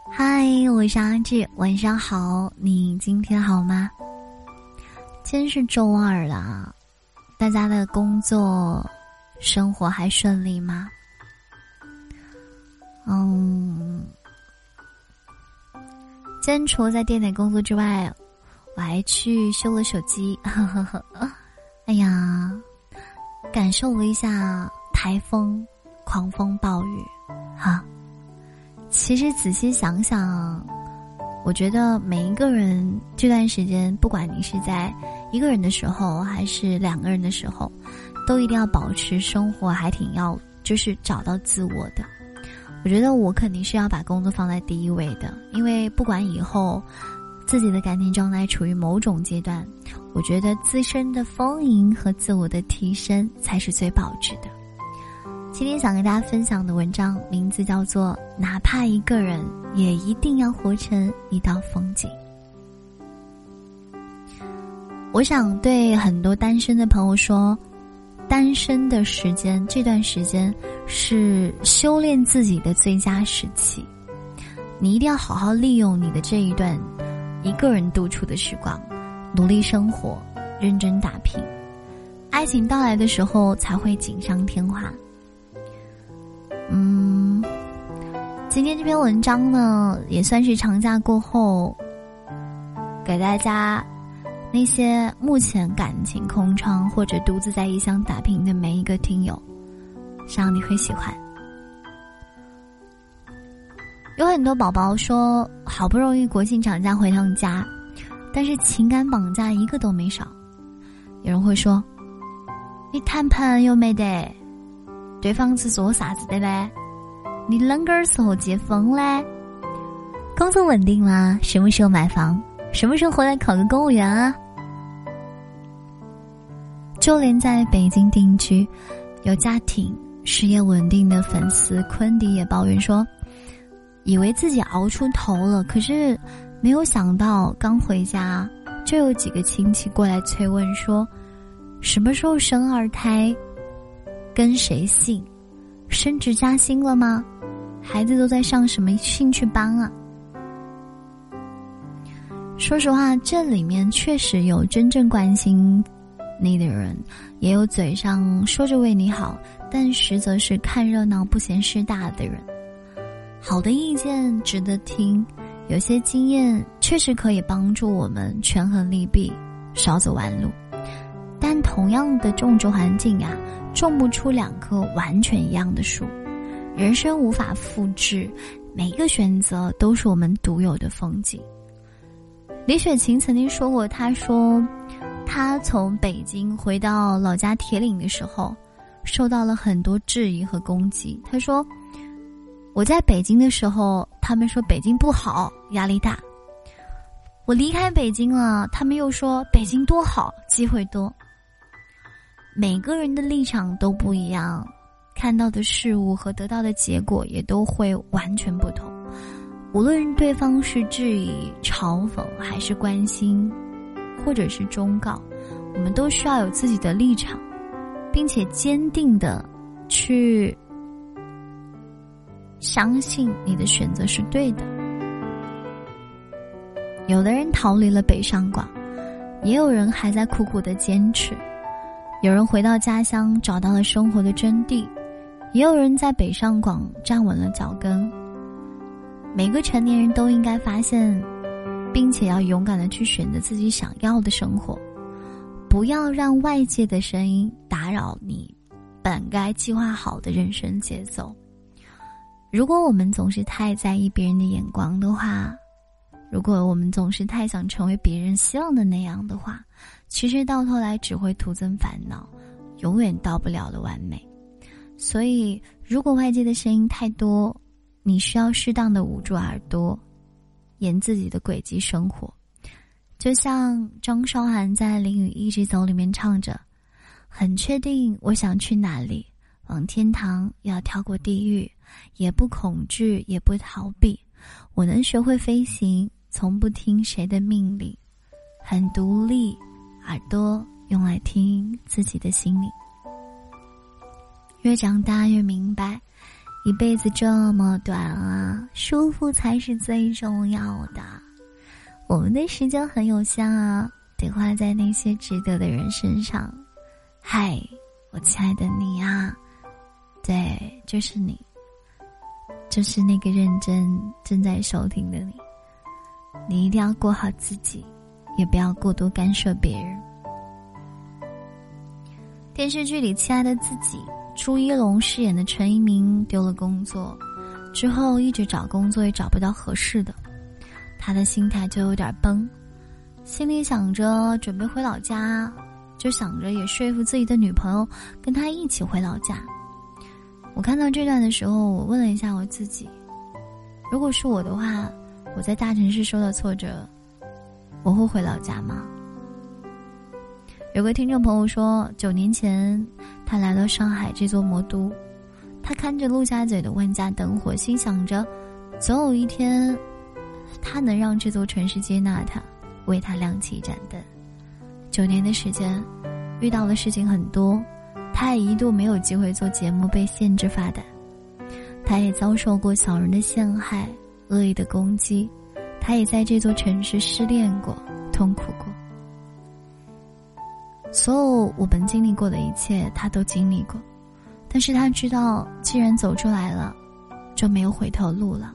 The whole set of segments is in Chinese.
嗨，我是阿志，晚上好，你今天好吗？今天是周二啦，大家的工作生活还顺利吗？今天除了在店里工作之外，我还去修了手机，哎呀，感受了一下台风、狂风暴雨，哈。其实仔细想想，我觉得每一个人这段时间，不管你是在一个人的时候还是两个人的时候，都一定要保持生活还挺要就是找到自我的。我觉得我肯定是要把工作放在第一位的，因为不管以后自己的感情状态处于某种阶段，我觉得自身的丰盈和自我的提升才是最保值的。今天想跟大家分享的文章名字叫做哪怕一个人也一定要活成一道风景。我想对很多单身的朋友说，单身的时间，这段时间是修炼自己的最佳时期，你一定要好好利用你的这一段一个人独处的时光，努力生活，认真打拼，爱情到来的时候才会锦上添花。今天这篇文章呢，也算是长假过后给大家那些目前感情空窗或者独自在异乡打拼的每一个听友，希望你会喜欢。有很多宝宝说好不容易国庆长假回趟家，但是情感绑架一个都没少。有人会说，你谈朋友没得，对方是做啥子的呗？你啷个时候结婚嘞？工作稳定啦？什么时候买房？什么时候回来考个公务员啊？就连在北京定居、有家庭、事业稳定的粉丝昆迪也抱怨说，以为自己熬出头了，可是没有想到刚回家就有几个亲戚过来催问说，什么时候生二胎？跟谁姓？升职加薪了吗？孩子都在上什么兴趣班啊？说实话，这里面确实有真正关心你的人，也有嘴上说着为你好，但实则是看热闹不嫌事大的人。好的意见值得听，有些经验确实可以帮助我们权衡利弊，少走弯路。但同样的种植环境呀，种不出两棵完全一样的树。人生无法复制，每一个选择都是我们独有的风景。李雪琴曾经说过，她说她从北京回到老家铁岭的时候，受到了很多质疑和攻击。她说，我在北京的时候，他们说北京不好，压力大。我离开北京了，他们又说北京多好，机会多。每个人的立场都不一样，看到的事物和得到的结果也都会完全不同。无论对方是质疑、嘲讽，还是关心，或者是忠告，我们都需要有自己的立场，并且坚定的去相信你的选择是对的。有的人逃离了北上广，也有人还在苦苦的坚持。有人回到家乡找到了生活的真谛，也有人在北上广站稳了脚跟。每个成年人都应该发现，并且要勇敢的去选择自己想要的生活，不要让外界的声音打扰你本该计划好的人生节奏。如果我们总是太在意别人的眼光的话，如果我们总是太想成为别人希望的那样的话，其实到头来只会徒增烦恼，永远到不了的完美。所以如果外界的声音太多，你需要适当的捂住耳朵，沿自己的轨迹生活。就像张韶涵在《淋雨一直走》里面唱着，很确定我想去哪里，往天堂要跳过地狱，也不恐惧也不逃避，我能学会飞行，从不听谁的命令，很独立，耳朵用来听自己的心灵。越长大越明白， 一辈子这么短啊，舒服才是最重要的。我们的时间很有限啊，得花在那些值得的人身上。嗨，我亲爱的你啊，对，就是你，就是那个认真正在收听的你。你一定要过好自己，也不要过多干涉别人。电视剧里《亲爱的自己》，朱一龙饰演的陈一鸣丢了工作之后，一直找工作也找不到合适的，他的心态就有点崩，心里想着准备回老家，就想着也说服自己的女朋友跟他一起回老家。我看到这段的时候，我问了一下我自己，如果是我的话，我在大城市受到挫折，我会回老家吗？有个听众朋友说，9年前他来到上海这座魔都，他看着陆家嘴的万家灯火，心想着总有一天他能让这座城市接纳他，为他亮起一盏灯。9年的时间，遇到的事情很多，他也一度没有机会做节目，被限制发展，他也遭受过小人的陷害，恶意的攻击，他也在这座城市失恋过，痛苦过。所有我们经历过的一切他都经历过，但是他知道既然走出来了，就没有回头路了。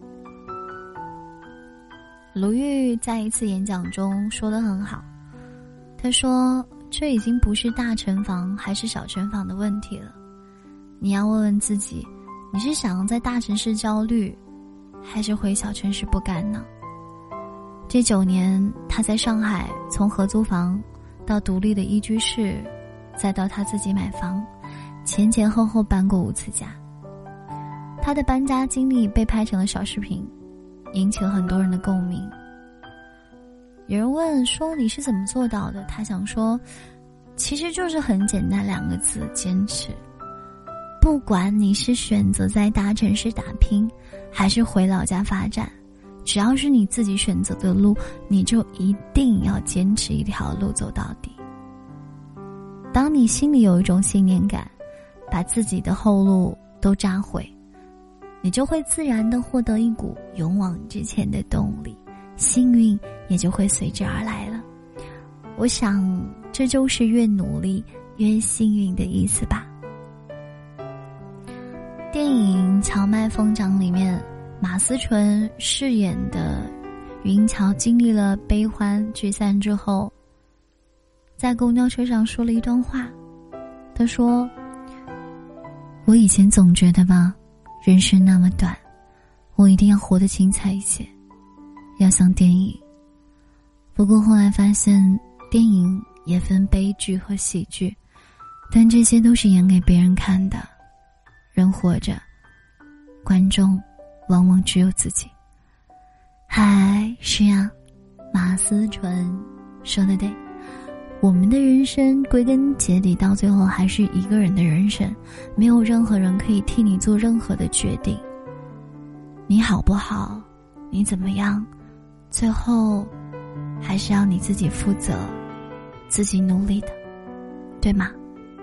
鲁豫在一次演讲中说得很好，他说这已经不是大城防还是小城防的问题了，你要问问自己，你是想要在大城市焦虑，还是回小城市不甘呢？这9年他在上海从合租房到独立的一居室，再到他自己买房，前前后后搬过5次家。他的搬家经历被拍成了小视频，引起了很多人的共鸣。有人问说你是怎么做到的，他想说其实就是很简单2个字，坚持。不管你是选择在大城市打拼，还是回老家发展，只要是你自己选择的路，你就一定要坚持一条路走到底。当你心里有一种信念感，把自己的后路都扎毁，你就会自然地获得一股勇往直前的动力，幸运也就会随之而来了。我想这就是越努力越幸运的意思吧。电影《荞麦疯长》里面，马思纯饰演的云桥经历了悲欢聚散之后，在公交车上说了一段话。他说，我以前总觉得吧，人生那么短，我一定要活得精彩一些，要像电影。不过后来发现，电影也分悲剧和喜剧，但这些都是演给别人看的。人活着，观众往往只有自己。嗨，是呀，马思纯说的对，我们的人生归根结底到最后还是一个人的人生，没有任何人可以替你做任何的决定。你好不好，你怎么样，最后还是要你自己负责，自己努力的，对吗？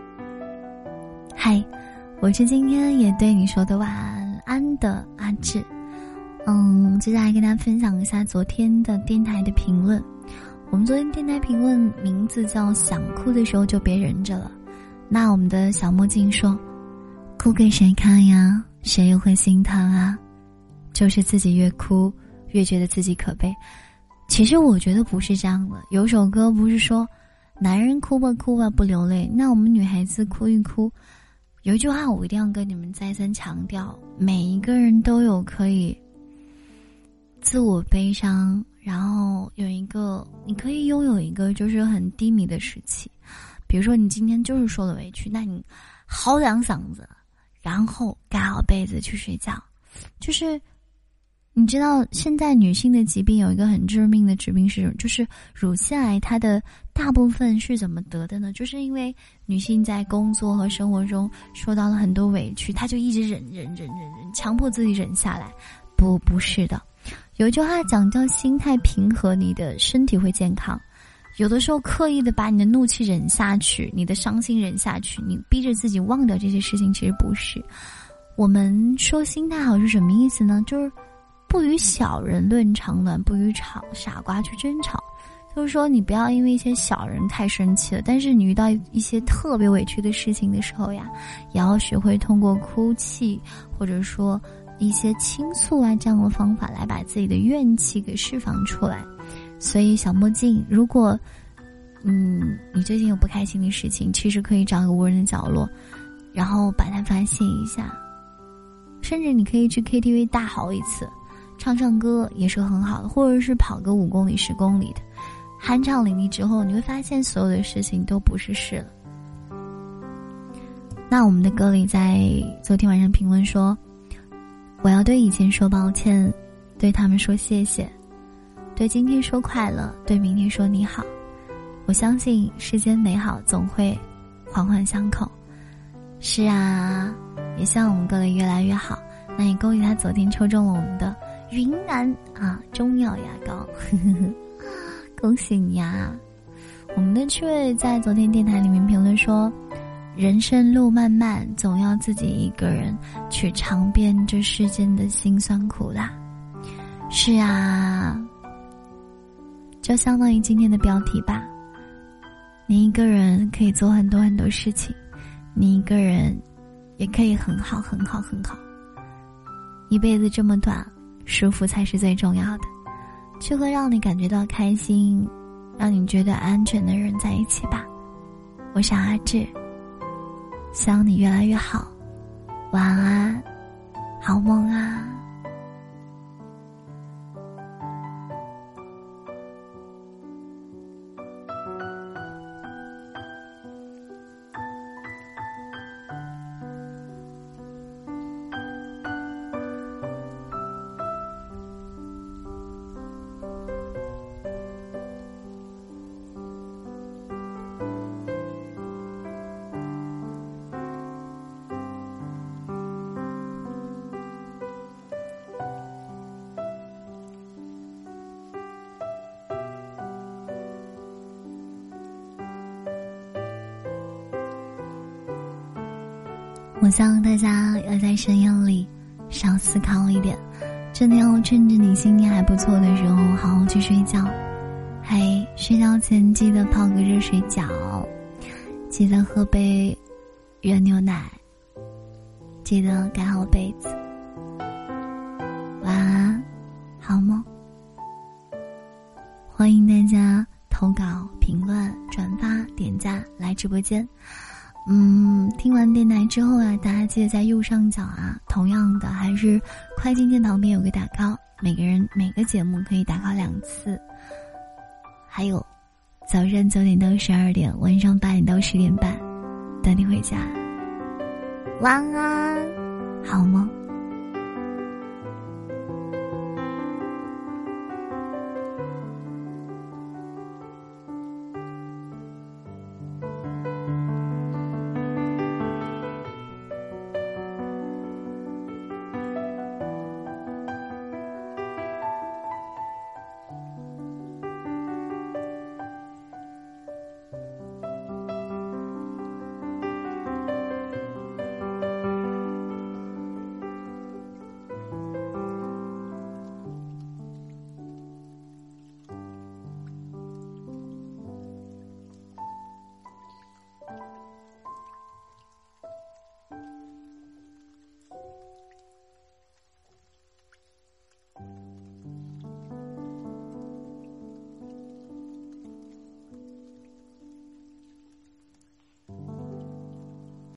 嗨，我是今天也对你说的晚安的阿志。接下来跟大家分享一下昨天的电台的评论。我们昨天电台评论名字叫想哭的时候就别忍着了。那我们的小墨镜说，哭给谁看呀，谁又会心疼啊，就是自己越哭越觉得自己可悲。其实我觉得不是这样的，有首歌不是说男人哭吧哭吧不流泪，那我们女孩子哭一哭。有一句话我一定要跟你们再三强调，每一个人都有可以自我悲伤，然后你可以拥有一个就是很低迷的时期。比如说你今天就是受了委屈，那你嚎两嗓子，然后盖好被子去睡觉。就是你知道现在女性的疾病有一个很致命的疾病是，就是乳腺癌，它的大部分是怎么得的呢？就是因为女性在工作和生活中受到了很多委屈，她就一直忍，强迫自己忍下来。不是的，有一句话讲叫心态平和，你的身体会健康。有的时候刻意的把你的怒气忍下去，你的伤心忍下去，你逼着自己忘掉这些事情，其实不是。 我们说心态好是什么意思呢？就是不与小人论长短，不与傻瓜去争吵。就是说你不要因为一些小人太生气了，但是你遇到一些特别委屈的事情的时候呀，也要学会通过哭泣或者说一些倾诉啊这样的方法来把自己的怨气给释放出来。所以小墨镜，如果你最近有不开心的事情，其实可以找个无人的角落，然后把它发泄一下，甚至你可以去 KTV 大嚎一次，唱唱歌也是很好的，或者是跑个5公里10公里的，酣畅淋漓之后，你会发现所有的事情都不是事了。那我们的歌里在昨天晚上评论说，我要对以前说抱歉，对他们说谢谢，对今天说快乐，对明天说你好。我相信世间美好总会环环相扣。是啊，也希望我们歌里越来越好。那也恭喜他昨天抽中了我们的云南中药牙膏恭喜你呀！我们的趣味在昨天电台里面评论说，人生路漫漫，总要自己一个人去尝遍这世间的辛酸苦辣。是啊，就相当于今天的标题吧，你一个人可以做很多很多事情，你一个人也可以很好很好很好。一辈子这么短，舒服才是最重要的，去和让你感觉到开心，让你觉得安全的人在一起吧。我是阿志，希望你越来越好，晚安，好梦啊。我希望大家要在深夜里少思考一点，真的要趁着你心情还不错的时候好好去睡觉。睡觉前记得泡个热水脚，记得喝杯热牛奶，记得盖好被子。晚安，好梦。欢迎大家投稿、评论、转发、点赞来直播间。听完电台之后啊，大家记得在右上角同样的还是快进键旁边有个打 call， 每个节目可以打 call 2次。还有早上9点到12点，晚上8点到10点半，等你回家。晚安，好梦。